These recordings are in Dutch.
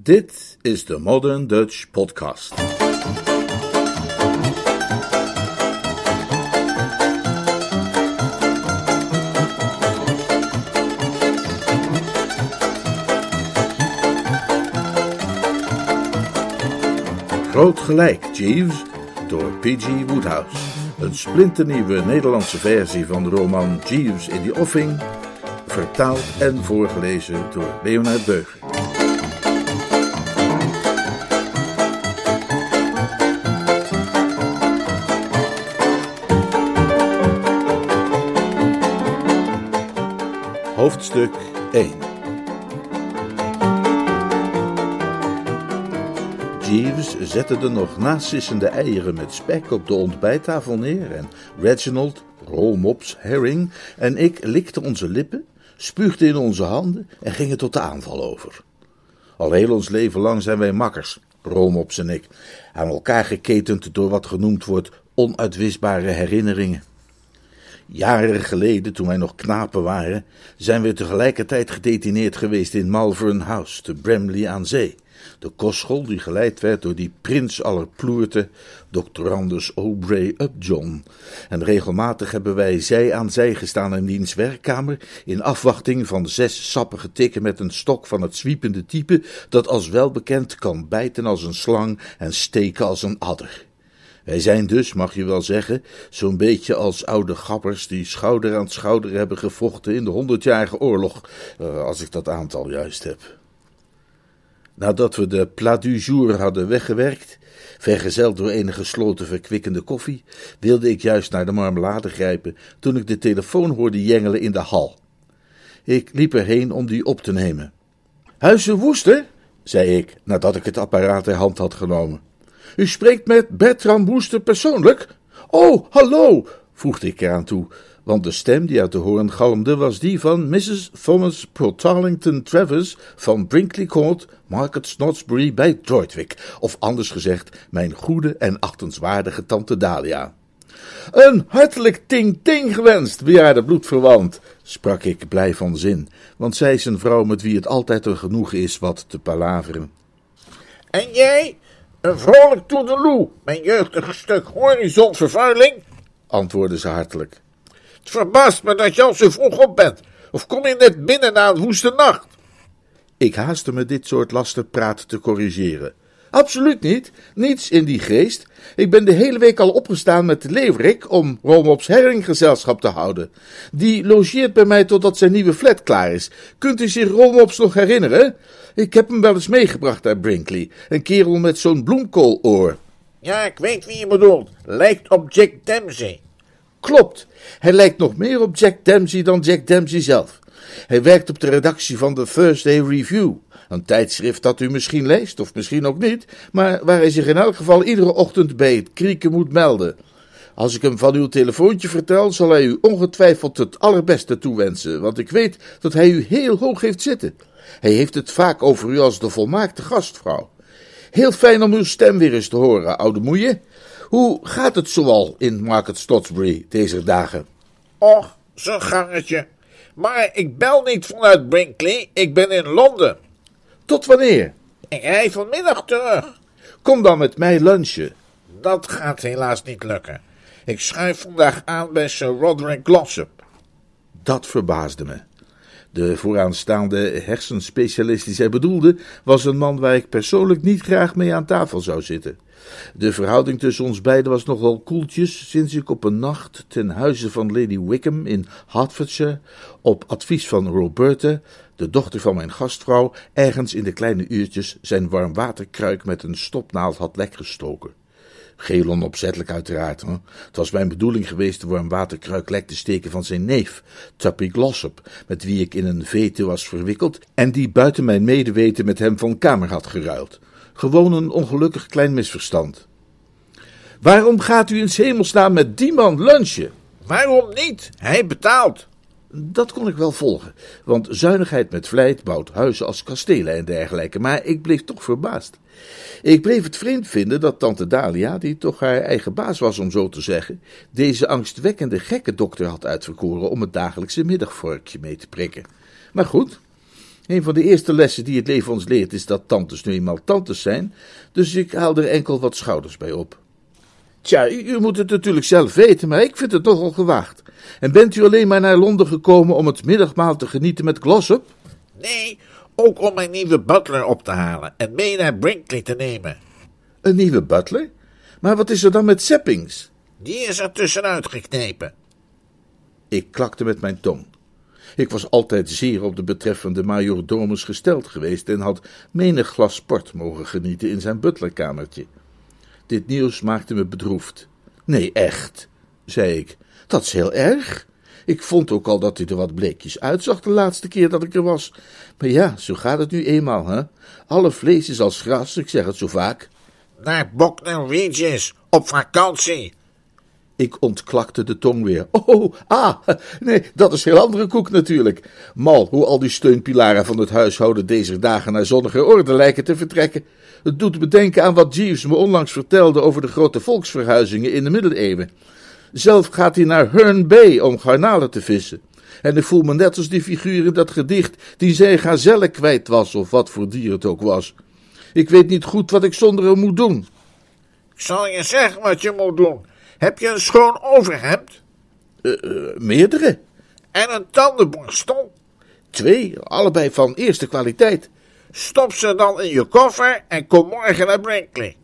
Dit is de Modern Dutch Podcast. Groot gelijk, Jeeves, door P.G. Wodehouse. Een splinternieuwe Nederlandse versie van de roman Jeeves in the Offing, vertaald en voorgelezen door Leonard Beuger. Hoofdstuk 1. Jeeves zette de nog nasissende eieren met spek op de ontbijttafel neer en Reginald, rolmops, herring en ik likten onze lippen, spuugden in onze handen en gingen tot de aanval over. Al heel ons leven lang zijn wij makkers, rolmops en ik, aan elkaar geketend door wat genoemd wordt onuitwisbare herinneringen. Jaren geleden, toen wij nog knapen waren, zijn we tegelijkertijd gedetineerd geweest in Malvern House, te Bramley aan Zee. De kostschool die geleid werd door die prins aller ploerten, doctorandus Aubrey Upjohn. En regelmatig hebben wij zij aan zij gestaan in diens werkkamer, in afwachting van 6 sappige tikken met een stok van het zwiepende type, dat als welbekend kan bijten als een slang en steken als een adder. Wij zijn dus, mag je wel zeggen, zo'n beetje als oude gappers die schouder aan schouder hebben gevochten in de 100-jarige oorlog, als ik dat aantal juist heb. Nadat we de plat du jour hadden weggewerkt, vergezeld door enige gesloten verkwikkende koffie, wilde ik juist naar de marmelade grijpen toen ik de telefoon hoorde jengelen in de hal. Ik liep erheen om die op te nemen. Huize Woester, zei ik, nadat ik het apparaat ter hand had genomen. U spreekt met Bertram Woester persoonlijk? Oh, hallo, voegde ik eraan toe, want de stem die uit de hoorn galmde was die van Mrs. Thomas Protarlington Travers van Brinkley Court, Market Snodsbury bij Droitwich, of anders gezegd, mijn goede en achtenswaardige tante Dahlia. Een hartelijk ting-ting gewenst, bejaarde bloedverwant, sprak ik blij van zin, want zij is een vrouw met wie het altijd een genoegen is wat te palaveren. En jij? Een vrolijk toedeloe, mijn jeugdige stuk horizonvervuiling, antwoordde ze hartelijk. Het verbaast me dat je al zo vroeg op bent, of kom je net binnen na een woeste nacht? Ik haastte me dit soort lasterpraat te corrigeren. Absoluut niet, niets in die geest. Ik ben de hele week al opgestaan met de leeuwerik om Rolmops Herring gezelschap te houden. Die logeert bij mij totdat zijn nieuwe flat klaar is. Kunt u zich Rolmops nog herinneren? Ik heb hem wel eens meegebracht uit Brinkley, een kerel met zo'n bloemkooloor. Ja, ik weet wie je bedoelt, lijkt op Jack Dempsey. Klopt, hij lijkt nog meer op Jack Dempsey dan Jack Dempsey zelf. Hij werkt op de redactie van de Thursday Review, een tijdschrift dat u misschien leest, of misschien ook niet, maar waar hij zich in elk geval iedere ochtend bij het krieken moet melden. Als ik hem van uw telefoontje vertel, zal hij u ongetwijfeld het allerbeste toewensen, want ik weet dat hij u heel hoog heeft zitten. Hij heeft het vaak over u als de volmaakte gastvrouw. Heel fijn om uw stem weer eens te horen, oude moeie. Hoe gaat het zoal in Market Snodsbury deze dagen? Och, zo'n gangetje. Maar ik bel niet vanuit Brinkley, ik ben in Londen. Tot wanneer? Ik rij vanmiddag terug. Kom dan met mij lunchen. Dat gaat helaas niet lukken. Ik schuif vandaag aan bij Sir Roderick Glossop. Dat verbaasde me. De vooraanstaande hersenspecialist die zij bedoelde, was een man waar ik persoonlijk niet graag mee aan tafel zou zitten. De verhouding tussen ons beiden was nogal koeltjes sinds ik op een nacht ten huize van Lady Wickham in Hertfordshire, op advies van Roberta, de dochter van mijn gastvrouw, ergens in de kleine uurtjes zijn warmwaterkruik met een stopnaald had lekgestoken. Geheel onopzettelijk uiteraard. Hè? Het was mijn bedoeling geweest de warmwaterkruik lek te steken van zijn neef, Tuppy Glossop, met wie ik in een vete was verwikkeld en die buiten mijn medeweten met hem van kamer had geruild. Gewoon een ongelukkig klein misverstand. Waarom gaat u in 's hemelsnaam met die man lunchen? Waarom niet? Hij betaalt. Dat kon ik wel volgen, want zuinigheid met vlijt bouwt huizen als kastelen en dergelijke, maar ik bleef toch verbaasd. Ik bleef het vreemd vinden dat tante Dahlia, die toch haar eigen baas was om zo te zeggen, deze angstwekkende gekke dokter had uitverkoren om het dagelijkse middagvorkje mee te prikken. Maar goed, Een van de eerste lessen die het leven ons leert is dat tantes nu eenmaal tantes zijn, dus ik haal er enkel wat schouders bij op. Tja, u moet het natuurlijk zelf weten, maar ik vind het nogal gewaagd. En bent u alleen maar naar Londen gekomen om het middagmaal te genieten met Glossop? Nee, ook om mijn nieuwe butler op te halen en mee naar Brinkley te nemen. Een nieuwe butler? Maar wat is er dan met Seppings? Die is er tussenuit geknepen. Ik klakte met mijn tong. Ik was altijd zeer op de betreffende majordomus gesteld geweest en had menig glas port mogen genieten in zijn butlerkamertje. Dit nieuws maakte me bedroefd. Nee, echt, zei ik. Dat is heel erg. Ik vond ook al dat hij er wat bleekjes uitzag de laatste keer dat ik er was. Maar ja, zo gaat het nu eenmaal, hè. Alle vlees is als gras, ik zeg het zo vaak. Naar Bognor Regis, op vakantie. Ik ontklakte de tong weer. Nee, dat is heel andere koek natuurlijk. Mal, hoe al die steunpilaren van het huishouden deze dagen naar zonnige orde lijken te vertrekken. Het doet me denken aan wat Jeeves me onlangs vertelde over de grote volksverhuizingen in de middeleeuwen. Zelf gaat hij naar Herne Bay om garnalen te vissen. En ik voel me net als die figuur in dat gedicht die zijn gazelle kwijt was, of wat voor dier het ook was. Ik weet niet goed wat ik zonder hem moet doen. Ik zal je zeggen wat je moet doen. Heb je een schoon overhemd? Meerdere. En een tandenborstel? 2, allebei van eerste kwaliteit. Stop ze dan in je koffer en kom morgen naar Brinkley.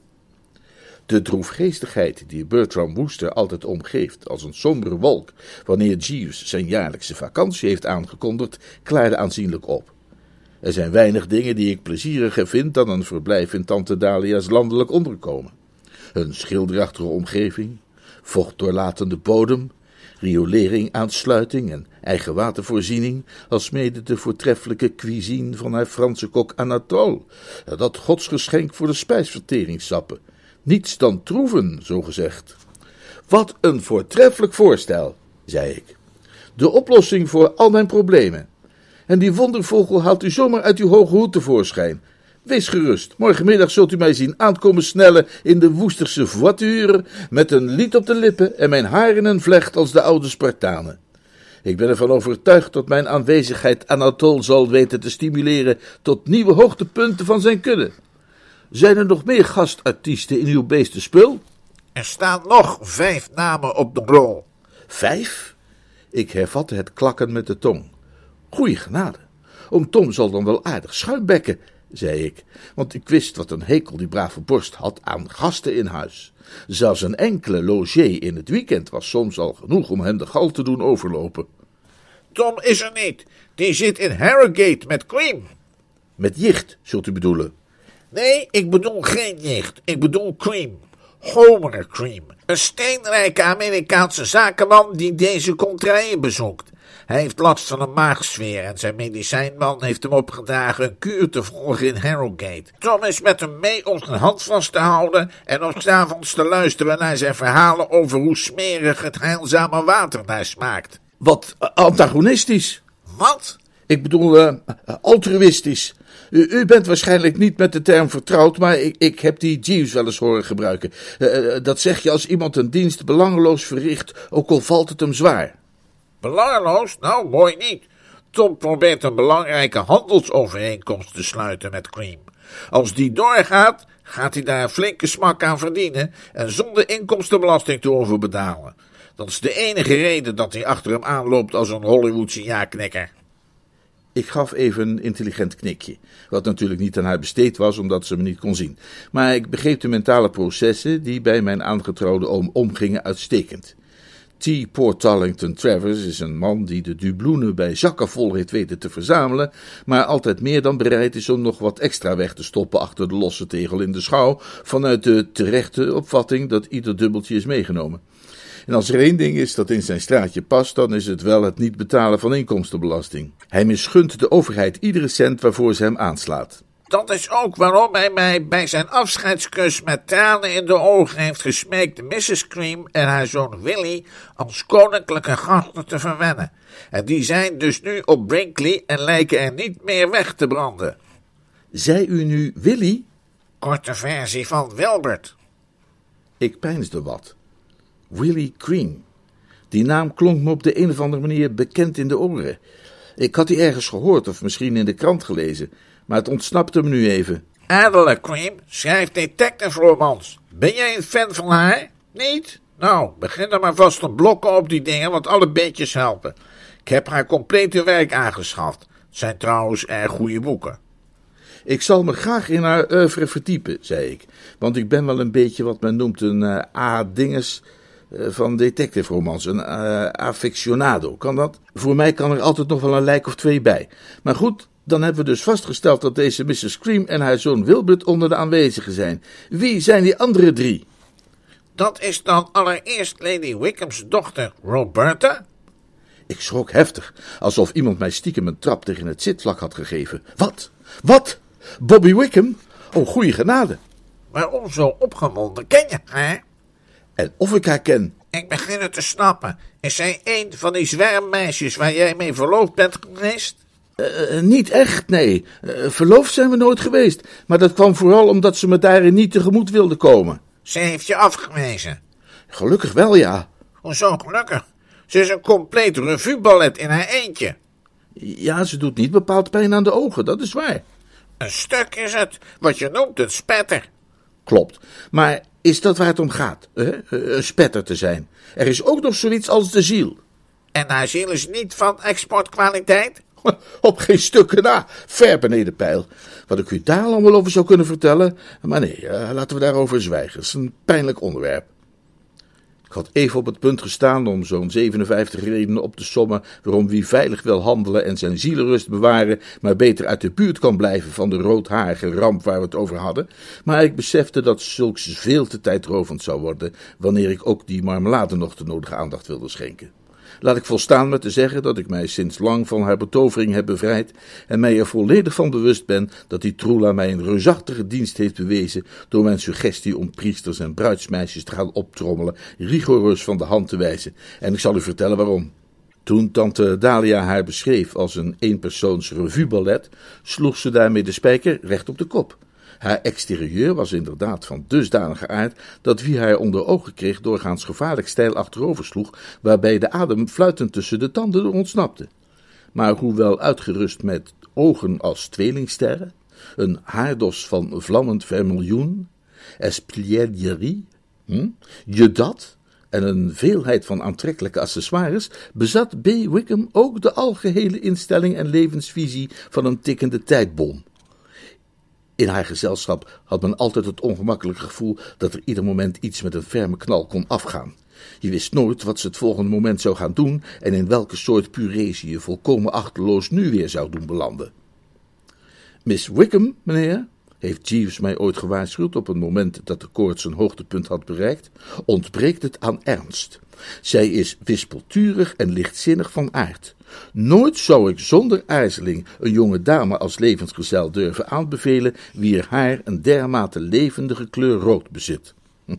De droefgeestigheid die Bertram Wooster altijd omgeeft als een sombere wolk wanneer Jeeves zijn jaarlijkse vakantie heeft aangekondigd, klaarde aanzienlijk op. Er zijn weinig dingen die ik plezieriger vind dan een verblijf in Tante Dahlia's landelijk onderkomen. Een schilderachtige omgeving, vochtdoorlatende bodem, riolering-aansluiting en eigen watervoorziening, alsmede de voortreffelijke cuisine van haar Franse kok Anatole, dat godsgeschenk voor de spijsverteringssappen. Niets dan troeven, zogezegd. Wat een voortreffelijk voorstel, zei ik. De oplossing voor al mijn problemen. En die wondervogel haalt u zomaar uit uw hoge hoed tevoorschijn. Wees gerust, morgenmiddag zult u mij zien aankomen snellen in de Woesterse voiture, met een lied op de lippen en mijn haar in een vlecht als de oude Spartanen. Ik ben ervan overtuigd dat mijn aanwezigheid Anatole zal weten te stimuleren tot nieuwe hoogtepunten van zijn kudde. Zijn er nog meer gastartiesten in uw beestenspul? Er staan nog 5 namen op de rol. 5? Ik hervatte het klakken met de tong. Goeie genade. Oom Tom zal dan wel aardig schuimbekken, zei ik, want ik wist wat een hekel die brave borst had aan gasten in huis. Zelfs een enkele logé in het weekend was soms al genoeg om hem de gal te doen overlopen. Tom is er niet. Die zit in Harrogate met Cream. Met jicht, zult u bedoelen? Nee, ik bedoel geen jicht. Ik bedoel Cream. Homer Cream. Een steenrijke Amerikaanse zakenman die deze contraien bezoekt. Hij heeft last van een maagsfeer en zijn medicijnman heeft hem opgedragen een kuur te volgen in Harrogate. Tom is met hem mee om zijn hand vast te houden en op 's avonds te luisteren naar zijn verhalen over hoe smerig het heilzame water daar smaakt. Wat antagonistisch. Wat? Ik bedoel, altruïstisch. U bent waarschijnlijk niet met de term vertrouwd, maar ik heb die Jeeves wel eens horen gebruiken. Dat zeg je als iemand een dienst belangeloos verricht, ook al valt het hem zwaar. Belangeloos? Nou, mooi niet. Tom probeert een belangrijke handelsovereenkomst te sluiten met Cream. Als die doorgaat, gaat hij daar een flinke smak aan verdienen en zonder inkomstenbelasting te hoeven betalen. Dat is de enige reden dat hij achter hem aanloopt als een Hollywoodse ja-knikker. Ik gaf even een intelligent knikje, wat natuurlijk niet aan haar besteed was, omdat ze me niet kon zien. Maar ik begreep de mentale processen die bij mijn aangetrouwde oom omgingen uitstekend. T. Portarlington Travers is een man die de dubloenen bij zakken vol heeft weten te verzamelen, maar altijd meer dan bereid is om nog wat extra weg te stoppen achter de losse tegel in de schouw, vanuit de terechte opvatting dat ieder dubbeltje is meegenomen. En als er één ding is dat in zijn straatje past, dan is het wel het niet betalen van inkomstenbelasting. Hij misgunt de overheid iedere cent waarvoor ze hem aanslaat. Dat is ook waarom hij mij bij zijn afscheidskus met tranen in de ogen heeft gesmeekt Mrs. Cream en haar zoon Willy als koninklijke gasten te verwennen. En die zijn dus nu op Brinkley en lijken er niet meer weg te branden. Zei u nu Willy? Korte versie van Wilbert. Ik peinsde wat. Willy Cream. Die naam klonk me op de een of andere manier bekend in de oren. Ik had die ergens gehoord of misschien in de krant gelezen, maar het ontsnapte me nu even. Adela Cream schrijft detective romans. Ben jij een fan van haar? Niet? Nou, begin dan maar vast te blokken op die dingen, want alle beetjes helpen. Ik heb haar complete werk aangeschaft. Het zijn trouwens erg goede boeken. Ik zal me graag in haar oeuvre verdiepen, zei ik, want ik ben wel een beetje wat men noemt een A-dinges van detective romans, een aficionado. Kan dat? Voor mij kan er altijd nog wel een lijk of twee bij. Maar goed, dan hebben we dus vastgesteld dat deze Mrs. Cream en haar zoon Wilbert onder de aanwezigen zijn. Wie zijn die andere 3? Dat is dan allereerst Lady Wickham's dochter Roberta? Ik schrok heftig, alsof iemand mij stiekem een trap tegen het zitvlak had gegeven. Wat? Wat? Bobby Wickham? Oh, goeie genade. Waarom zo opgewonden? Ken je haar? En of ik haar ken? Ik begin het te snappen. Is zij een van die zwermmeisjes waar jij mee verloofd bent geweest? Niet echt, nee. Verloofd zijn we nooit geweest. Maar dat kwam vooral omdat ze me daarin niet tegemoet wilde komen. Ze heeft je afgewezen. Gelukkig wel, ja. Hoezo gelukkig? Ze is een compleet revueballet in haar eentje. Ja, ze doet niet bepaald pijn aan de ogen, dat is waar. Een stuk is het, wat je noemt een spetter. Klopt, maar is dat waar het om gaat? Een spetter te zijn. Er is ook nog zoiets als de ziel. En haar ziel is niet van exportkwaliteit? Op geen stukken na, ver beneden peil. Wat ik u daar allemaal over zou kunnen vertellen, maar nee, laten we daarover zwijgen. Het is een pijnlijk onderwerp. Ik had even op het punt gestaan om zo'n 57 redenen op te sommen waarom wie veilig wil handelen en zijn zielenrust bewaren, maar beter uit de buurt kan blijven van de roodharige ramp waar we het over hadden. Maar ik besefte dat zulks veel te tijdrovend zou worden, wanneer ik ook die marmelade nog de nodige aandacht wilde schenken. Laat ik volstaan met te zeggen dat ik mij sinds lang van haar betovering heb bevrijd en mij er volledig van bewust ben dat die Troela mij een reusachtige dienst heeft bewezen door mijn suggestie om priesters en bruidsmeisjes te gaan optrommelen rigoureus van de hand te wijzen. En ik zal u vertellen waarom. Toen tante Dalia haar beschreef als een eenpersoons revueballet, sloeg ze daarmee de spijker recht op de kop. Haar exterieur was inderdaad van dusdanige aard dat wie haar onder ogen kreeg doorgaans gevaarlijk steil achterover sloeg, waarbij de adem fluitend tussen de tanden er ontsnapte. Maar hoewel uitgerust met ogen als tweelingsterren, een haardos van vlammend vermiljoen, espièglerie, je dat en een veelheid van aantrekkelijke accessoires, bezat B. Wickham ook de algehele instelling en levensvisie van een tikkende tijdbom. In haar gezelschap had men altijd het ongemakkelijke gevoel dat er ieder moment iets met een ferme knal kon afgaan. Je wist nooit wat ze het volgende moment zou gaan doen en in welke soort puree ze je volkomen achterloos nu weer zou doen belanden. Miss Wickham, meneer, heeft Jeeves mij ooit gewaarschuwd op een moment dat de koorts een hoogtepunt had bereikt, ontbreekt het aan ernst. Zij is wispelturig en lichtzinnig van aard. Nooit zou ik zonder aarzeling een jonge dame als levensgezel durven aanbevelen wier haar een dermate levendige kleur rood bezit.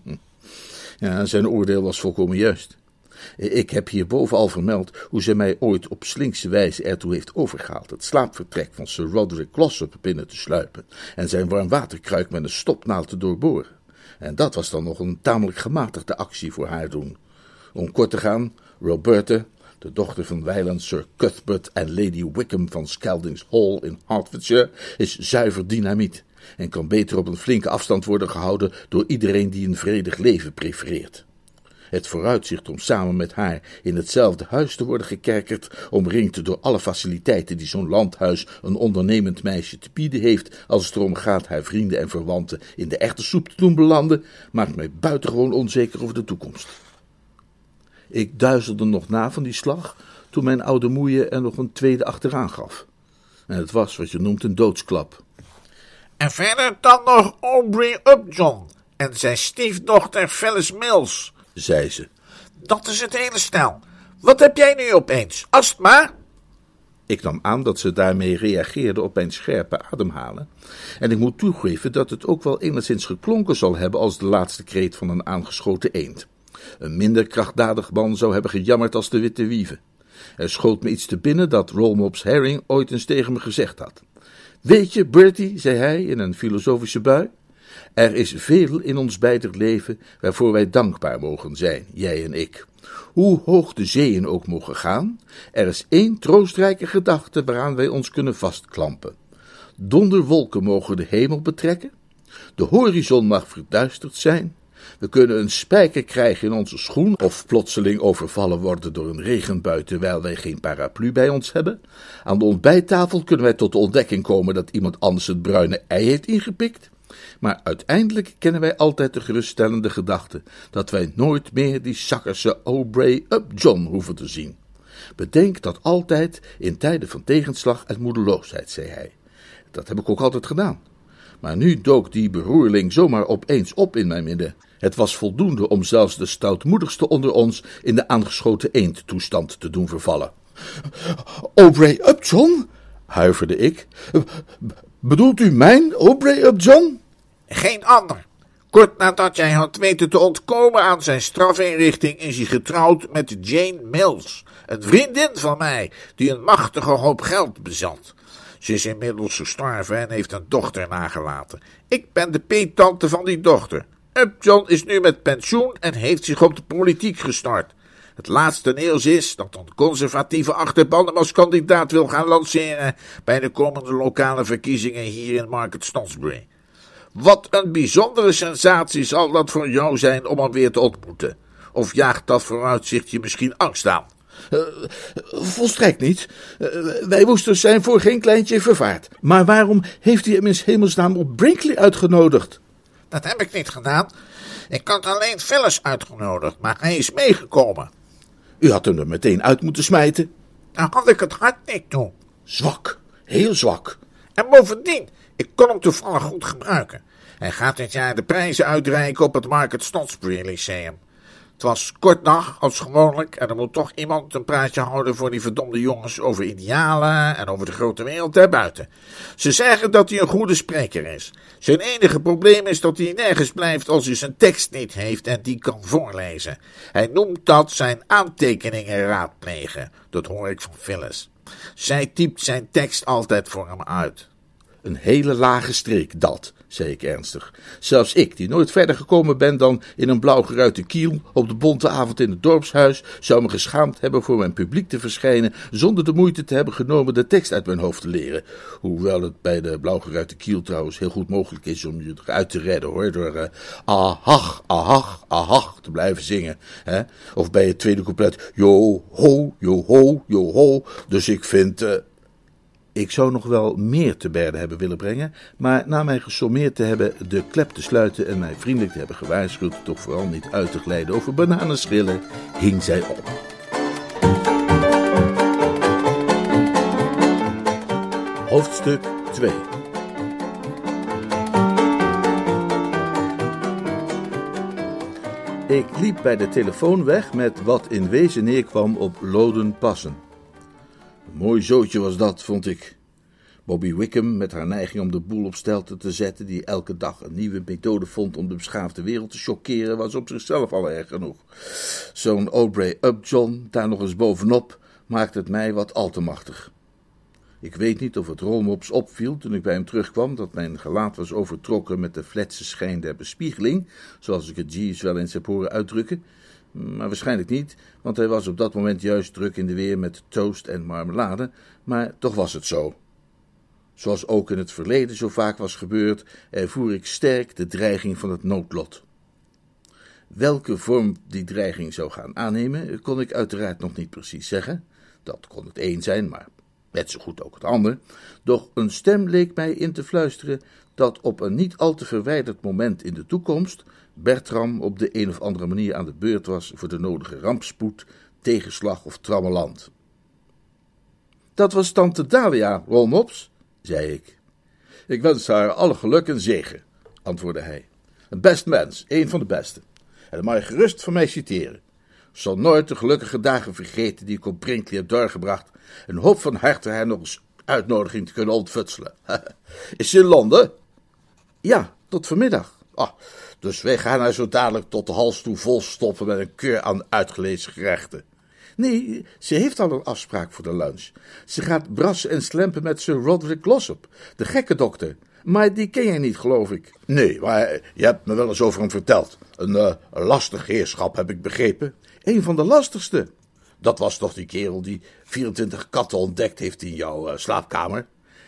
Ja, zijn oordeel was volkomen juist. Ik heb hierboven al vermeld hoe zij mij ooit op slinkse wijze ertoe heeft overgehaald het slaapvertrek van Sir Roderick Glossop binnen te sluipen en zijn warmwaterkruik met een stopnaald te doorboren. En dat was dan nog een tamelijk gematigde actie voor haar doen. Om kort te gaan, Roberta, de dochter van wijlen Sir Cuthbert en Lady Wickham van Scaldings Hall in Hertfordshire, is zuiver dynamiet en kan beter op een flinke afstand worden gehouden door iedereen die een vredig leven prefereert. Het vooruitzicht om samen met haar in hetzelfde huis te worden gekerkerd, omringd door alle faciliteiten die zo'n landhuis een ondernemend meisje te bieden heeft, als het erom gaat haar vrienden en verwanten in de echte soep te doen belanden, maakt mij buitengewoon onzeker over de toekomst. Ik duizelde nog na van die slag, toen mijn oude moeie er nog een tweede achteraan gaf. En het was wat je noemt een doodsklap. En verder dan nog Aubrey Upjohn en zijn stiefdochter Phyllis Mills, zei ze. Dat is het hele stel. Wat heb jij nu opeens? Astma? Ik nam aan dat ze daarmee reageerde op mijn scherpe ademhalen. En ik moet toegeven dat het ook wel enigszins geklonken zal hebben als de laatste kreet van een aangeschoten eend. Een minder krachtdadig man zou hebben gejammerd als de witte wieven. Er schoot me iets te binnen dat Rollmops Herring ooit eens tegen me gezegd had. Weet je, Bertie, zei hij in een filosofische bui, Er is veel in ons beider leven waarvoor wij dankbaar mogen zijn, jij en ik. Hoe hoog de zeeën ook mogen gaan, er is één troostrijke gedachte waaraan wij ons kunnen vastklampen. Donderwolken mogen de hemel betrekken, de horizon mag verduisterd zijn, we kunnen een spijker krijgen in onze schoen of plotseling overvallen worden door een regenbui terwijl wij geen paraplu bij ons hebben. Aan de ontbijttafel kunnen wij tot de ontdekking komen dat iemand anders het bruine ei heeft ingepikt. Maar uiteindelijk kennen wij altijd de geruststellende gedachte dat wij nooit meer die zakkerse Aubrey Upjohn hoeven te zien. Bedenk dat altijd in tijden van tegenslag en moedeloosheid, zei hij. Dat heb ik ook altijd gedaan. Maar nu dook die beroerling zomaar opeens op in mijn midden. Het was voldoende om zelfs de stoutmoedigste onder ons in de aangeschoten eendtoestand te doen vervallen. Aubrey Upjohn? Huiverde ik. Bedoelt u mijn Aubrey Upjohn? Geen ander. Kort nadat jij had weten te ontkomen aan zijn strafinrichting is hij getrouwd met Jane Mills, een vriendin van mij die een machtige hoop geld bezat. Ze is inmiddels gestorven en heeft een dochter nagelaten. Ik ben de peettante van die dochter. Upjohn is nu met pensioen en heeft zich op de politiek gestart. Het laatste nieuws is dat een conservatieve achterban hem als kandidaat wil gaan lanceren bij de komende lokale verkiezingen hier in Market Stonsbury. Wat een bijzondere sensatie zal dat voor jou zijn om hem weer te ontmoeten. Of jaagt dat vooruitzicht je misschien angst aan? Volstrekt niet. Wij woesters zijn voor geen kleintje vervaard. Maar waarom heeft hij hem in 's hemelsnaam op Brinkley uitgenodigd? Dat heb ik niet gedaan. Ik had alleen Phyllis uitgenodigd, maar hij is meegekomen. U had hem er meteen uit moeten smijten. Dan had ik het hart niet toe. Zwak, heel zwak. En bovendien, ik kon hem toevallig goed gebruiken. Hij gaat dit jaar de prijzen uitreiken op het Market Stonsbury Lyceum. Het was kort dag, als gewoonlijk, en er moet toch iemand een praatje houden voor die verdomde jongens over idealen en over de grote wereld daarbuiten. Ze zeggen dat hij een goede spreker is. Zijn enige probleem is dat hij nergens blijft als hij zijn tekst niet heeft en die kan voorlezen. Hij noemt dat zijn aantekeningen raadplegen. Dat hoor ik van Phyllis. Zij typt zijn tekst altijd voor hem uit. Een hele lage streek, dat, zei ik ernstig. Zelfs ik, die nooit verder gekomen ben dan in een blauw geruite kiel op de bonte avond in het dorpshuis, zou me geschaamd hebben voor mijn publiek te verschijnen, zonder de moeite te hebben genomen de tekst uit mijn hoofd te leren. Hoewel het bij de blauw geruite kiel trouwens heel goed mogelijk is om je eruit te redden, hoor, door ahach, ahach, ahach te blijven zingen. Hè? Of bij het tweede couplet, yo ho, yo ho, yo ho. Dus ik vind... Ik zou nog wel meer te berde hebben willen brengen, maar na mij gesommeerd te hebben de klep te sluiten en mij vriendelijk te hebben gewaarschuwd toch vooral niet uit te glijden over bananenschillen, hing zij op. Hoofdstuk 2. Ik liep bij de telefoon weg met wat in wezen neerkwam op loden passen. Een mooi zootje was dat, vond ik. Bobby Wickham, met haar neiging om de boel op stelte te zetten, die elke dag een nieuwe methode vond om de beschaafde wereld te chockeren, was op zichzelf al erg genoeg. Zo'n Aubrey Upjohn, daar nog eens bovenop, maakte het mij wat al te machtig. Ik weet niet of het Rolmops opviel toen ik bij hem terugkwam, dat mijn gelaat was overtrokken met de fletse schijn der bespiegeling, zoals ik het Jeeves wel eens heb horen uitdrukken. Maar waarschijnlijk niet, want hij was op dat moment juist druk in de weer met toast en marmelade, maar toch was het zo. Zoals ook in het verleden zo vaak was gebeurd, ervoer ik sterk de dreiging van het noodlot. Welke vorm die dreiging zou gaan aannemen, kon ik uiteraard nog niet precies zeggen. Dat kon het een zijn, maar net zo goed ook het ander. Doch een stem leek mij in te fluisteren dat op een niet al te verwijderd moment in de toekomst Bertram op de een of andere manier aan de beurt was voor de nodige rampspoed, tegenslag of trammeland. Dat was tante Dahlia, Rolmops, zei ik. Ik wens haar alle geluk en zegen, antwoordde hij. Een best mens, een van de beste. En dan mag je gerust van mij citeren. Ik zal nooit de gelukkige dagen vergeten die ik op Brinkley heb doorgebracht en hoop van harte haar nog eens uitnodiging te kunnen ontfutselen. Is ze in Londen? Ja, tot vanmiddag. Dus wij gaan haar zo dadelijk tot de hals toe volstoppen met een keur aan uitgelezen gerechten. Nee, ze heeft al een afspraak voor de lunch. Ze gaat brassen en slempen met Sir Roderick Glossop, de gekke dokter. Maar die ken jij niet, geloof ik. Nee, maar je hebt me wel eens over hem verteld. Een lastig heerschap, heb ik begrepen. Een van de lastigste. Dat was toch die kerel die 24 katten ontdekt heeft in jouw slaapkamer?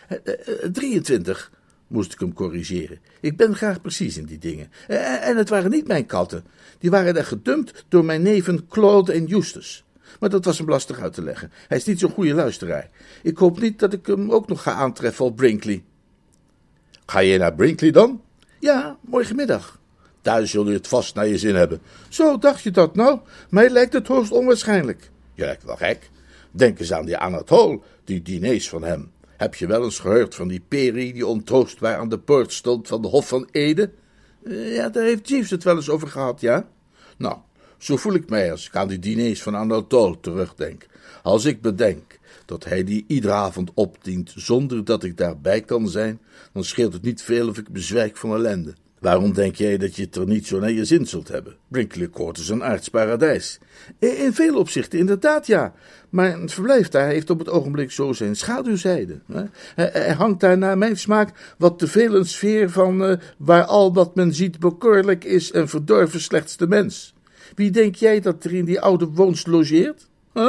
23, moest ik hem corrigeren. Ik ben graag precies in die dingen. En het waren niet mijn katten. Die waren er gedumpt door mijn neven Claude en Justus. Maar dat was hem lastig uit te leggen. Hij is niet zo'n goede luisteraar. Ik hoop niet dat ik hem ook nog ga aantreffen op Brinkley. Ga je naar Brinkley dan? Ja, morgenmiddag. Daar zul je het vast naar je zin hebben. Zo, dacht je dat nou? Mij lijkt het hoogst onwaarschijnlijk. Je lijkt wel gek. Denk eens aan die Anatole, die diners van hem. Heb je wel eens gehoord van die Peri die ontroostbaar aan de poort stond van de Hof van Ede? Ja, daar heeft Jeeves het wel eens over gehad, ja. Nou, zo voel ik mij als ik aan die diners van Anatole terugdenk. Als ik bedenk dat hij die iedere avond opdient zonder dat ik daarbij kan zijn, dan scheelt het niet veel of ik bezwijk van ellende. Waarom denk jij dat je het er niet zo naar je zin zult hebben? Brinkley Court is een aards paradijs. In veel opzichten inderdaad, ja. Maar het verblijf daar heeft op het ogenblik zo zijn schaduwzijde. Er hangt daar naar mijn smaak wat te veel een sfeer van waar al wat men ziet bekoorlijk is en verdorven slechts de mens. Wie denk jij dat er in die oude woonst logeert?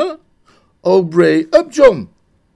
Aubrey Upjohn.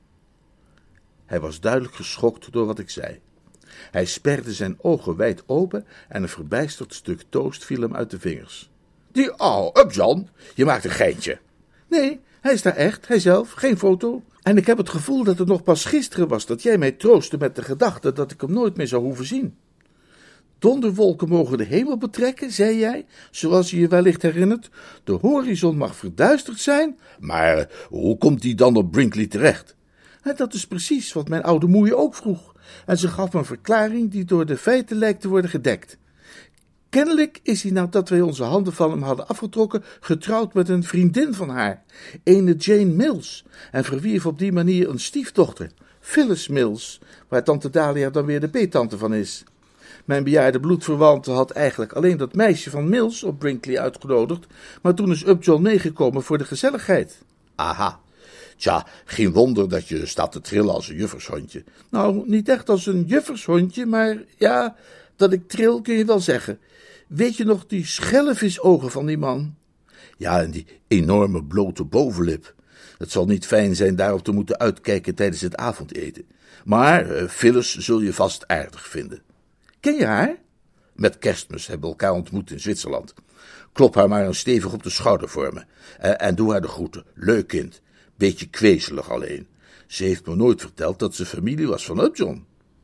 Hij was duidelijk geschokt door wat ik zei. Hij sperde zijn ogen wijd open en een verbijsterd stuk toast viel hem uit de vingers. Die oude Upjohn? Je maakt een geintje. Nee, hij is daar echt, hijzelf, geen foto. En ik heb het gevoel dat het nog pas gisteren was dat jij mij troostte met de gedachte dat ik hem nooit meer zou hoeven zien. Donderwolken mogen de hemel betrekken, zei jij, zoals je je wellicht herinnert. De horizon mag verduisterd zijn. Maar hoe komt hij dan op Brinkley terecht? En dat is precies wat mijn oude moeie ook vroeg. En ze gaf een verklaring die door de feiten lijkt te worden gedekt. Kennelijk is hij, nadat wij onze handen van hem hadden afgetrokken, getrouwd met een vriendin van haar, ene Jane Mills, en verwierf op die manier een stiefdochter, Phyllis Mills, waar tante Dahlia dan weer de peettante van is. Mijn bejaarde bloedverwante had eigenlijk alleen dat meisje van Mills op Brinkley uitgenodigd, maar toen is Upjohn meegekomen voor de gezelligheid. Aha. Tja, geen wonder dat je staat te trillen als een juffershondje. Nou, niet echt als een juffershondje, maar ja, dat ik tril kun je wel zeggen. Weet je nog die schellevisogen van die man? Ja, en die enorme blote bovenlip. Het zal niet fijn zijn daarop te moeten uitkijken tijdens het avondeten. Maar Phyllis zul je vast aardig vinden. Ken je haar? Met Kerstmis hebben we elkaar ontmoet in Zwitserland. Klop haar maar een stevig op de schouder voor me. En doe haar de groeten. Leuk kind. Beetje kwezelig alleen. Ze heeft me nooit verteld dat ze familie was van Upjohn.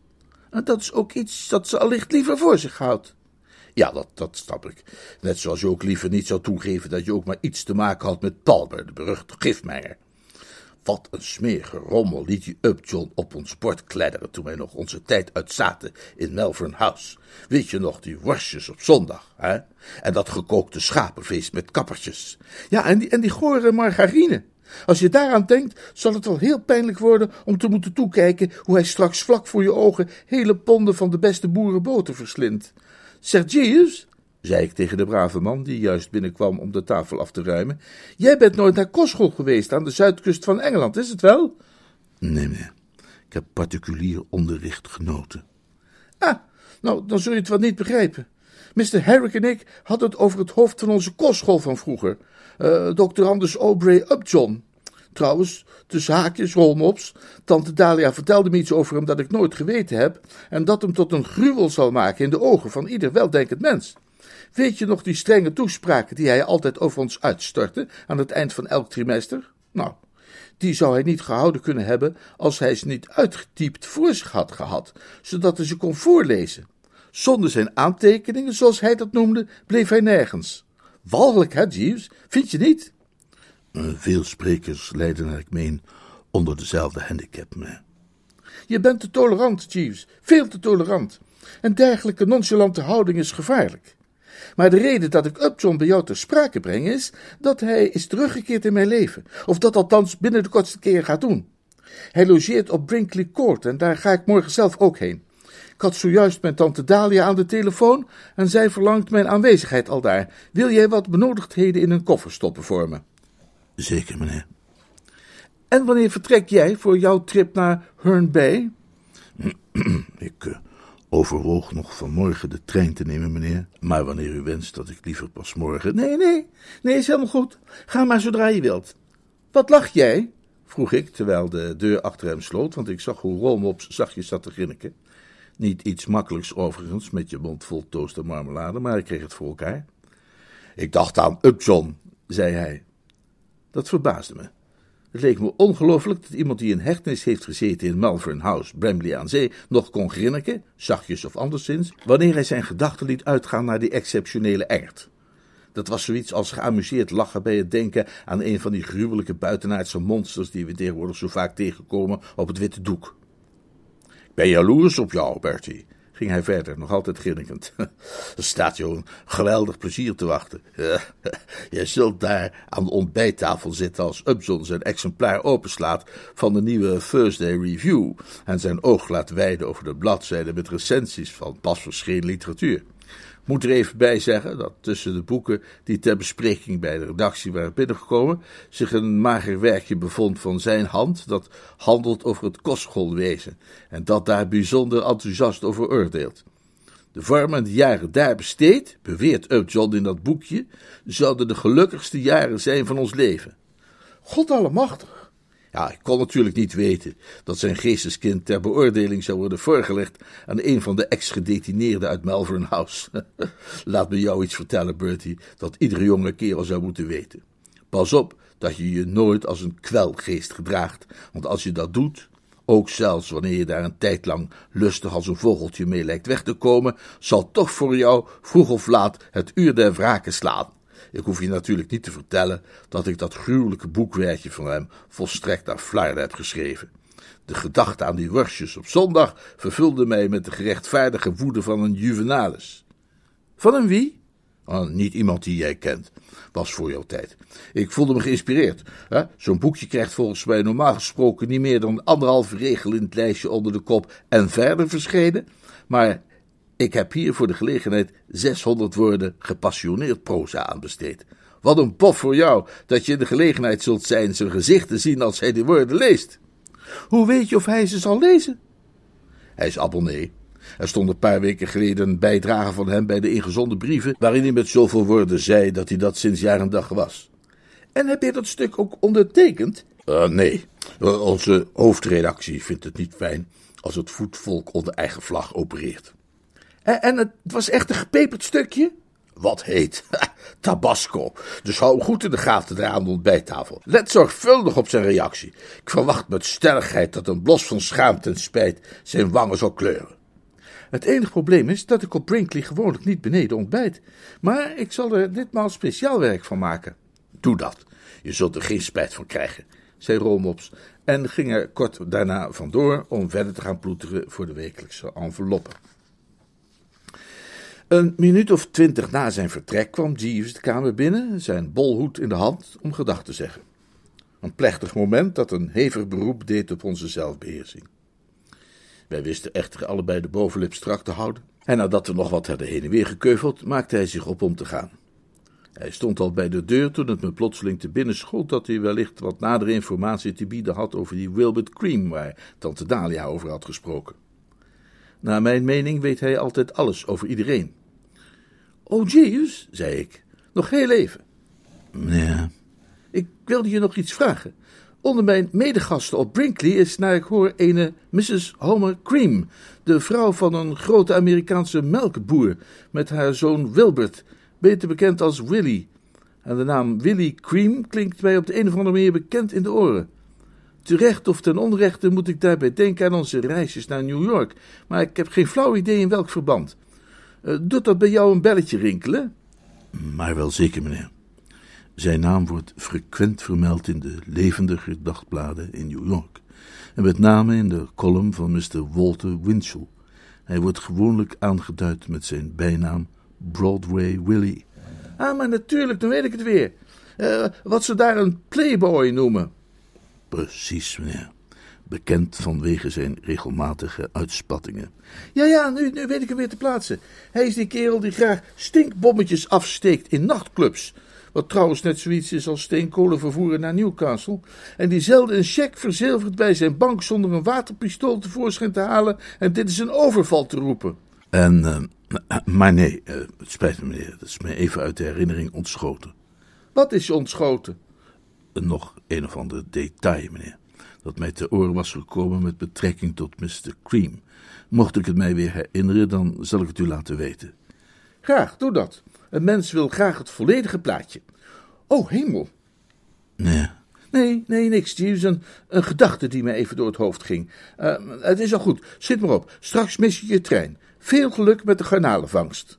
En dat is ook iets dat ze allicht liever voor zich houdt. Ja, dat snap ik. Net zoals je ook liever niet zou toegeven dat je ook maar iets te maken had met Palmer, de beruchte gifmenger. Wat een smerige rommel liet die Upjohn op ons bord kledderen toen wij nog onze tijd uitzaten in Malvern House. Weet je nog, die worstjes op zondag, hè? En dat gekookte schapenvlees met kappertjes. Ja, en die gore margarine. Als je daaraan denkt, zal het wel heel pijnlijk worden om te moeten toekijken hoe hij straks vlak voor je ogen hele ponden van de beste boerenboter verslindt. Sergius, zei ik tegen de brave man die juist binnenkwam om de tafel af te ruimen, jij bent nooit naar kostschool geweest aan de zuidkust van Engeland, is het wel? Nee, meneer. Ik heb particulier onderricht genoten. Ah, nou, dan zul je het wel niet begrijpen. Mr. Herrick en ik hadden het over het hoofd van onze kostschool van vroeger, Dr. Anders Aubrey Upjohn. Trouwens, tussen haakjes, rolmops, tante Dahlia vertelde me iets over hem dat ik nooit geweten heb en dat hem tot een gruwel zal maken in de ogen van ieder weldenkend mens. Weet je nog die strenge toespraken die hij altijd over ons uitstortte aan het eind van elk trimester? Nou, die zou hij niet gehouden kunnen hebben als hij ze niet uitgetypt voor zich had gehad, zodat hij ze kon voorlezen. Zonder zijn aantekeningen, zoals hij dat noemde, bleef hij nergens. Walgelijk, hè, Jeeves? Vind je niet? Veel sprekers lijden, naar ik meen, onder dezelfde handicap, meneer. Je bent te tolerant, Jeeves, veel te tolerant. En dergelijke nonchalante houding is gevaarlijk. Maar de reden dat ik Upjohn bij jou ter sprake breng is dat hij is teruggekeerd in mijn leven, of dat althans binnen de kortste keer gaat doen. Hij logeert op Brinkley Court en daar ga ik morgen zelf ook heen. Ik had zojuist mijn tante Dahlia aan de telefoon en zij verlangt mijn aanwezigheid aldaar. Wil jij wat benodigdheden in een koffer stoppen voor me? Zeker, meneer. En wanneer vertrek jij voor jouw trip naar Herne Bay? Ik overwoog nog vanmorgen de trein te nemen, meneer. Maar wanneer u wenst dat ik liever pas morgen... Nee, is helemaal goed. Ga maar zodra je wilt. Wat lach jij? Vroeg ik, terwijl de deur achter hem sloot, want ik zag hoe Rollmops zachtjes zat te grinniken. Niet iets makkelijks overigens, met je mond vol toast en marmelade, maar ik kreeg het voor elkaar. Ik dacht aan Upjohn, zei hij. Dat verbaasde me. Het leek me ongelooflijk dat iemand die in hechtenis heeft gezeten in Malvern House, Bramley aan Zee, nog kon grinniken, zachtjes of anderszins, wanneer hij zijn gedachten liet uitgaan naar die exceptionele engert. Dat was zoiets als geamuseerd lachen bij het denken aan een van die gruwelijke buitenaardse monsters die we tegenwoordig zo vaak tegenkomen op het witte doek. Ik ben jaloers op jou, Bertie, ging hij verder, nog altijd grinnikend. Er staat je een geweldig plezier te wachten. Je zult daar aan de ontbijttafel zitten als Upjohn zijn exemplaar openslaat van de nieuwe Thursday Review en zijn oog laat weiden over de bladzijden met recensies van pas verschenen literatuur. Ik moet er even bij zeggen dat tussen de boeken die ter bespreking bij de redactie waren binnengekomen zich een mager werkje bevond van zijn hand dat handelt over het kostschoolwezen en dat daar bijzonder enthousiast over oordeelt. De vorm en de jaren daar besteed, beweert Upjohn in dat boekje, zouden de gelukkigste jaren zijn van ons leven. God allemachtig! Ja, ik kon natuurlijk niet weten dat zijn geesteskind ter beoordeling zou worden voorgelegd aan een van de ex-gedetineerden uit Malvern House. Laat me jou iets vertellen, Bertie, dat iedere jonge kerel zou moeten weten. Pas op dat je je nooit als een kwelgeest gedraagt, want als je dat doet, ook zelfs wanneer je daar een tijd lang lustig als een vogeltje mee lijkt weg te komen, zal toch voor jou vroeg of laat het uur der wraken slaan. Ik hoef je natuurlijk niet te vertellen dat ik dat gruwelijke boekwerkje van hem volstrekt naar Florida heb geschreven. De gedachte aan die worstjes op zondag vervulde mij met de gerechtvaardige woede van een Juvenalis. Van een wie? Niet iemand die jij kent. Was voor jouw tijd. Ik voelde me geïnspireerd. Zo'n boekje krijgt volgens mij normaal gesproken niet meer dan 1,5 regel in het lijstje onder de kop en verder verschenen. Maar ik heb hier voor de gelegenheid 600 woorden gepassioneerd proza aan besteed. Wat een pof voor jou, dat je in de gelegenheid zult zijn zijn gezicht te zien als hij die woorden leest. Hoe weet je of hij ze zal lezen? Hij is abonnee. Er stond een paar weken geleden een bijdrage van hem bij de ingezonden brieven, waarin hij met zoveel woorden zei dat hij dat sinds jaar en dag was. En heb je dat stuk ook ondertekend? Nee. Onze hoofdredactie vindt het niet fijn als het voetvolk onder eigen vlag opereert. En het was echt een gepeperd stukje? Wat heet? Tabasco. Dus hou hem goed in de gaten daar aan de ontbijttafel. Let zorgvuldig op zijn reactie. Ik verwacht met stelligheid dat een blos van schaamte en spijt zijn wangen zal kleuren. Het enige probleem is dat ik op Brinkley gewoonlijk niet beneden ontbijt. Maar ik zal er ditmaal speciaal werk van maken. Doe dat. Je zult er geen spijt van krijgen, zei Rollmops en ging er kort daarna vandoor om verder te gaan ploeteren voor de wekelijkse enveloppen. Een minuut of 20 na zijn vertrek kwam Jeeves de kamer binnen, zijn bolhoed in de hand, om gedag te zeggen. Een plechtig moment dat een hevig beroep deed op onze zelfbeheersing. Wij wisten echter allebei de bovenlip strak te houden, en nadat we nog wat hadden heen en weer gekeuveld, maakte hij zich op om te gaan. Hij stond al bij de deur toen het me plotseling te binnen schoot dat hij wellicht wat nadere informatie te bieden had over die Wilbert Cream waar tante Dahlia over had gesproken. Naar mijn mening weet hij altijd alles over iedereen. Oh, Jeeves, zei ik, nog heel even. Ja. Ik wilde je nog iets vragen. Onder mijn medegasten op Brinkley is, naar ik hoor, ene Mrs. Homer Cream, de vrouw van een grote Amerikaanse melkboer, met haar zoon Wilbert, beter bekend als Willie. En de naam Willie Cream klinkt mij op de een of andere manier bekend in de oren. Terecht of ten onrechte moet ik daarbij denken aan onze reisjes naar New York, maar ik heb geen flauw idee in welk verband. Doet dat bij jou een belletje rinkelen? Maar wel zeker, meneer. Zijn naam wordt frequent vermeld in de levendige dagbladen in New York. En met name in de column van Mr. Walter Winchell. Hij wordt gewoonlijk aangeduid met zijn bijnaam Broadway Willie. Ah, maar natuurlijk, dan weet ik het weer. Wat ze daar een playboy noemen. Precies, meneer. Bekend vanwege zijn regelmatige uitspattingen. Ja, nu weet ik hem weer te plaatsen. Hij is die kerel die graag stinkbommetjes afsteekt in nachtclubs. Wat trouwens net zoiets is als steenkolen vervoeren naar Newcastle. En die zelden een cheque verzilvert bij zijn bank zonder een waterpistool tevoorschijn te halen en dit is een overval te roepen. Maar nee, het spijt me meneer, dat is me even uit de herinnering ontschoten. Wat is je ontschoten? Nog een of ander detail, meneer, dat mij ter oren was gekomen met betrekking tot Mr. Cream. Mocht ik het mij weer herinneren, dan zal ik het u laten weten. Graag, doe dat. Een mens wil graag het volledige plaatje. Oh, hemel. Nee, niks. Die is een gedachte die mij even door het hoofd ging. Het is al goed. Schiet maar op. Straks mis je je trein. Veel geluk met de garnalenvangst.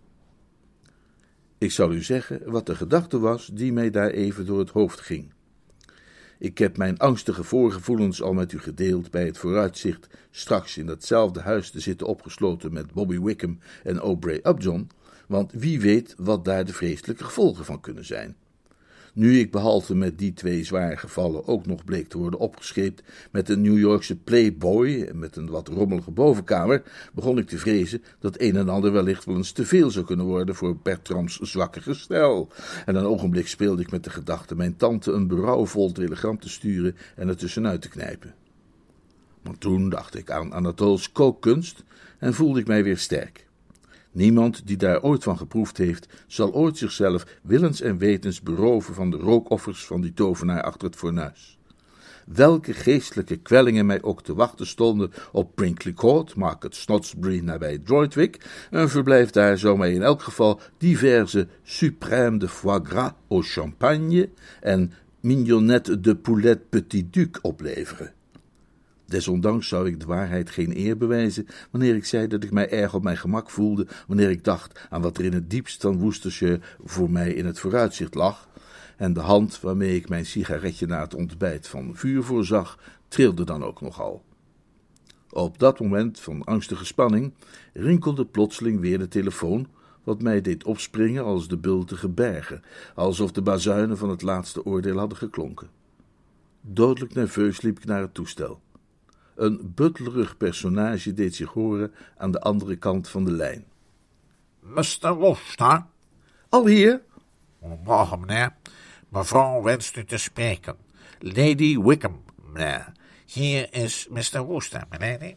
Ik zal u zeggen wat de gedachte was die mij daar even door het hoofd ging. Ik heb mijn angstige voorgevoelens al met u gedeeld bij het vooruitzicht straks in datzelfde huis te zitten opgesloten met Bobby Wickham en Aubrey Upjohn, want wie weet wat daar de vreselijke gevolgen van kunnen zijn. Nu ik behalve met die twee zware gevallen ook nog bleek te worden opgescheept met een New Yorkse playboy en met een wat rommelige bovenkamer, begon ik te vrezen dat een en ander wellicht wel eens te veel zou kunnen worden voor Bertrams zwakke gestel. En een ogenblik speelde ik met de gedachte mijn tante een berouwvol telegram te sturen en er tussenuit te knijpen. Maar toen dacht ik aan Anatole's kookkunst en voelde ik mij weer sterk. Niemand die daar ooit van geproefd heeft, zal ooit zichzelf willens en wetens beroven van de rookoffers van die tovenaar achter het fornuis. Welke geestelijke kwellingen mij ook te wachten stonden op Brinkley Court, Market Snodsbury nabij Droitwich, een verblijf daar zou mij in elk geval diverse suprême de foie gras au champagne en mignonnette de poulet petit duc opleveren. Desondanks zou ik de waarheid geen eer bewijzen wanneer ik zei dat ik mij erg op mijn gemak voelde wanneer ik dacht aan wat er in het diepst van Worcestershire voor mij in het vooruitzicht lag, en de hand waarmee ik mijn sigaretje na het ontbijt van vuur voorzag, trilde dan ook nogal. Op dat moment van angstige spanning rinkelde plotseling weer de telefoon, wat mij deed opspringen als de bultige bergen, alsof de bazuinen van het laatste oordeel hadden geklonken. Dodelijk nerveus liep ik naar het toestel. Een buttelerig personage deed zich horen aan de andere kant van de lijn. Mr. Wooster? Al hier? Morgen, meneer. Mevrouw wenst u te spreken. Lady Wickham, meneer. Hier is Mr. Wooster, meneer.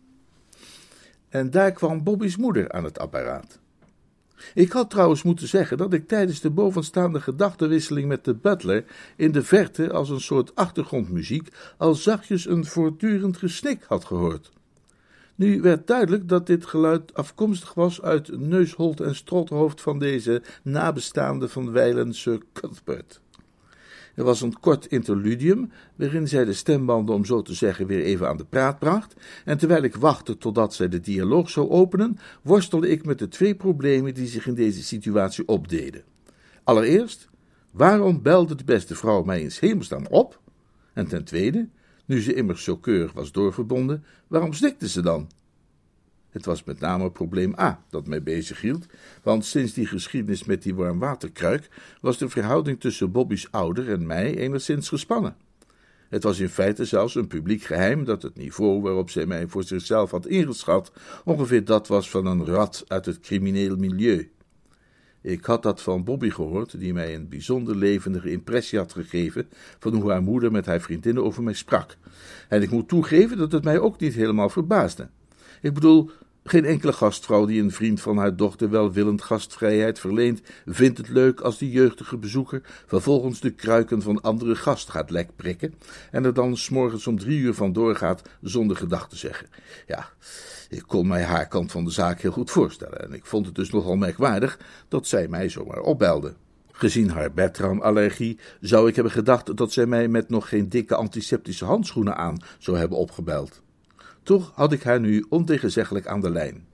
En daar kwam Bobby's moeder aan het apparaat. Ik had trouwens moeten zeggen dat ik tijdens de bovenstaande gedachtenwisseling met de butler in de verte als een soort achtergrondmuziek al zachtjes een voortdurend gesnik had gehoord. Nu werd duidelijk dat dit geluid afkomstig was uit neusholt en strothoofd van deze nabestaande van wijlen Sir Cuthbert. Er was een kort interludium, waarin zij de stembanden, om zo te zeggen, weer even aan de praat bracht, en terwijl ik wachtte totdat zij de dialoog zou openen, worstelde ik met de twee problemen die zich in deze situatie opdeden. Allereerst, waarom belde de beste vrouw mij in 's hemelsnaam op? En ten tweede, nu ze immers zo keurig was doorverbonden, waarom snikte ze dan? Het was met name probleem A dat mij bezighield, want sinds die geschiedenis met die warmwaterkruik was de verhouding tussen Bobby's ouder en mij enigszins gespannen. Het was in feite zelfs een publiek geheim dat het niveau waarop zij mij voor zichzelf had ingeschat ongeveer dat was van een rat uit het crimineel milieu. Ik had dat van Bobby gehoord, die mij een bijzonder levendige impressie had gegeven van hoe haar moeder met haar vriendinnen over mij sprak. En ik moet toegeven dat het mij ook niet helemaal verbaasde. Ik bedoel, geen enkele gastvrouw die een vriend van haar dochter welwillend gastvrijheid verleent, vindt het leuk als die jeugdige bezoeker vervolgens de kruiken van andere gast gaat lekprikken en er dan 's morgens om 3 uur van doorgaat zonder gedag te zeggen. Ja, ik kon mij haar kant van de zaak heel goed voorstellen en ik vond het dus nogal merkwaardig dat zij mij zomaar opbelde. Gezien haar Bertram-allergie zou ik hebben gedacht dat zij mij met nog geen dikke antiseptische handschoenen aan zou hebben opgebeld. Toch had ik haar nu ontegenzeggelijk aan de lijn.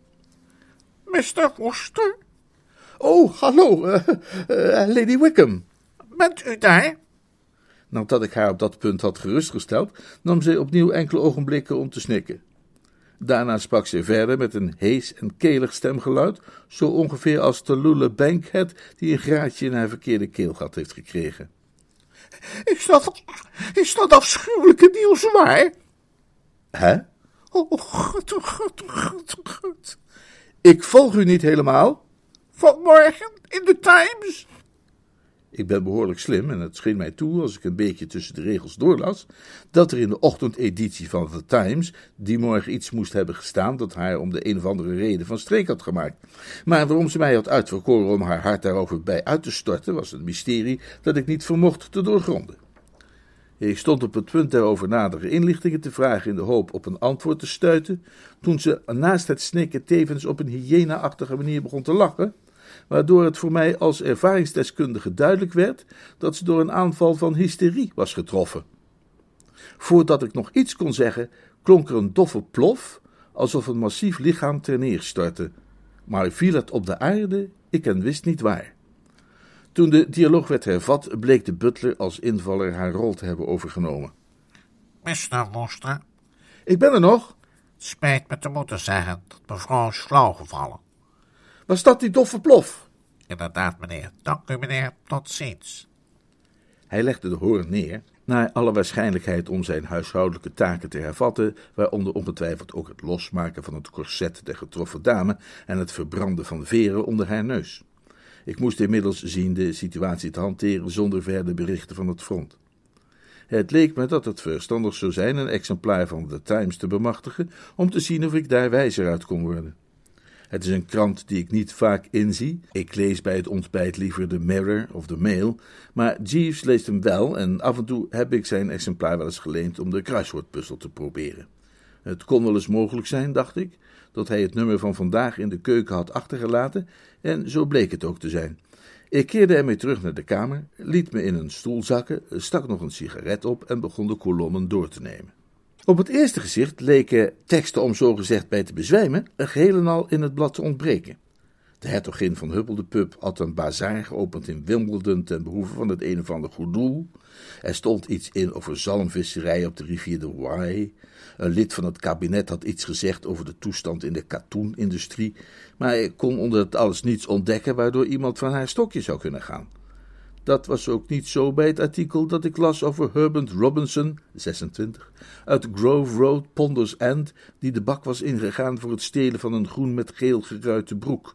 Mr. Wooster? Oh, hallo, Lady Wickham. Bent u daar? Nadat ik haar op dat punt had gerustgesteld, nam zij opnieuw enkele ogenblikken om te snikken. Daarna sprak zij verder met een hees en kelig stemgeluid, zo ongeveer als Tallulah Bankhead, die een graatje in haar verkeerde keelgat heeft gekregen. Is dat afschuwelijke nieuws waar? Hè? Oh, God. Ik volg u niet helemaal. Vanmorgen in de Times? Ik ben behoorlijk slim en het scheen mij toe, als ik een beetje tussen de regels doorlas, dat er in de ochtendeditie van The Times die morgen iets moest hebben gestaan dat haar om de een of andere reden van streek had gemaakt. Maar waarom ze mij had uitverkoren om haar hart daarover bij uit te storten, was een mysterie dat ik niet vermocht te doorgronden. Ik stond op het punt daarover nadere inlichtingen te vragen in de hoop op een antwoord te stuiten, toen ze naast het snikken tevens op een hyena-achtige manier begon te lachen, waardoor het voor mij als ervaringsdeskundige duidelijk werd dat ze door een aanval van hysterie was getroffen. Voordat ik nog iets kon zeggen, klonk er een doffe plof, alsof een massief lichaam terneerstortte, maar viel het op de aarde, ik en wist niet waar. Toen de dialoog werd hervat, bleek de butler als invaller haar rol te hebben overgenomen. Mr. Wooster, Ik ben er nog. het spijt me te moeten zeggen dat mevrouw is flauw gevallen. Was dat die doffe plof? Inderdaad, meneer. Dank u, meneer. Tot ziens. Hij legde de hoorn neer, naar alle waarschijnlijkheid om zijn huishoudelijke taken te hervatten, waaronder ongetwijfeld ook het losmaken van het corset der getroffen dame en het verbranden van veren onder haar neus. Ik moest inmiddels zien de situatie te hanteren zonder verder berichten van het front. Het leek me dat het verstandig zou zijn een exemplaar van The Times te bemachtigen, om te zien of ik daar wijzer uit kon worden. Het is een krant die ik niet vaak inzie. Ik lees bij het ontbijt liever de Mirror of de Mail, maar Jeeves leest hem wel en af en toe heb ik zijn exemplaar wel eens geleend om de kruiswoordpuzzel te proberen. Het kon wel eens mogelijk zijn, dacht ik, dat hij het nummer van vandaag in de keuken had achtergelaten, en zo bleek het ook te zijn. Ik keerde ermee terug naar de kamer, liet me in een stoel zakken, stak nog een sigaret op en begon de kolommen door te nemen. Op het eerste gezicht leken teksten om zogezegd bij te bezwijmen geheel en al in het blad te ontbreken. De hertogin van Huppeldepup had een bazaar geopend in Wimbledon ten behoeve van het een of ander goed doel. Er stond iets in over zalmvisserij op de rivier de Wye. Een lid van het kabinet had iets gezegd over de toestand in de katoenindustrie, maar ik kon onder het alles niets ontdekken waardoor iemand van haar stokje zou kunnen gaan. Dat was ook niet zo bij het artikel dat ik las over Herbert Robinson, 26, uit Grove Road, Ponders End, die de bak was ingegaan voor het stelen van een groen met geel geruite broek.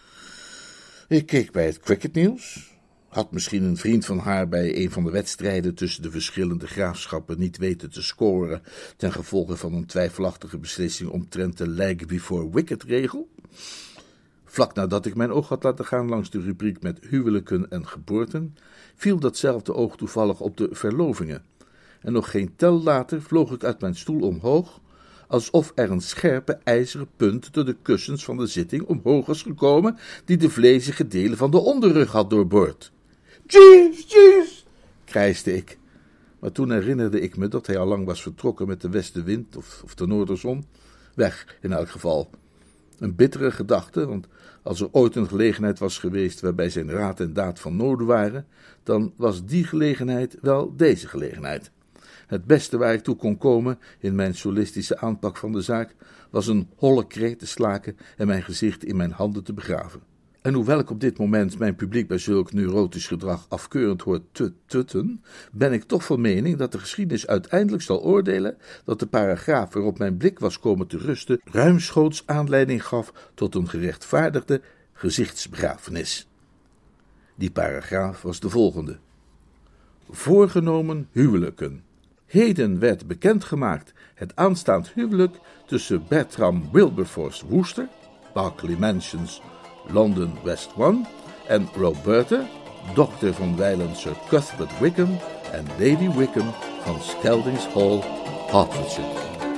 Ik keek bij het cricketnieuws. Had misschien een vriend van haar bij een van de wedstrijden tussen de verschillende graafschappen niet weten te scoren ten gevolge van een twijfelachtige beslissing omtrent de leg before wicket regel? Vlak nadat ik mijn oog had laten gaan langs de rubriek met huwelijken en geboorten, viel datzelfde oog toevallig op de verlovingen. En nog geen tel later vloog ik uit mijn stoel omhoog, alsof er een scherpe ijzeren punt door de kussens van de zitting omhoog was gekomen, die de vlezige delen van de onderrug had doorboord. Jeeves, Jeeves, krijste ik. Maar toen herinnerde ik me dat hij al lang was vertrokken met de westenwind of de noorderzon. Weg, in elk geval. Een bittere gedachte, want als er ooit een gelegenheid was geweest waarbij zijn raad en daad van noden waren, dan was die gelegenheid wel deze gelegenheid. Het beste waar ik toe kon komen in mijn solistische aanpak van de zaak was een holle kreet te slaken en mijn gezicht in mijn handen te begraven. En hoewel ik op dit moment mijn publiek bij zulk neurotisch gedrag afkeurend hoor te tutten, ben ik toch van mening dat de geschiedenis uiteindelijk zal oordelen dat de paragraaf waarop mijn blik was komen te rusten ruimschoots aanleiding gaf tot een gerechtvaardigde gezichtsbegrafenis. Die paragraaf was de volgende. Voorgenomen huwelijken. Heden werd bekendgemaakt het aanstaand huwelijk tussen Bertram Wilberforce Wooster, Berkeley Mansions, London West 1, en Roberta, dochter van wijlen Sir Cuthbert Wickham en Lady Wickham van Skeldings Hall, Hertfordshire.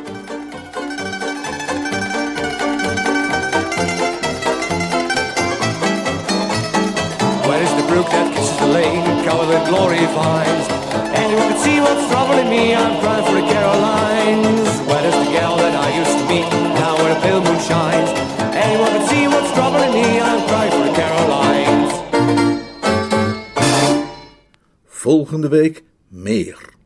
Where is the brook that kisses the lane, covered with glory vines? Anyone could see what's troubling me, I'm crying for the Carolines. Where is the gal that I used to meet, now where the pale moon shines? Anyone could see what's troubling me, I'm crying for the Carolines. Volgende week meer.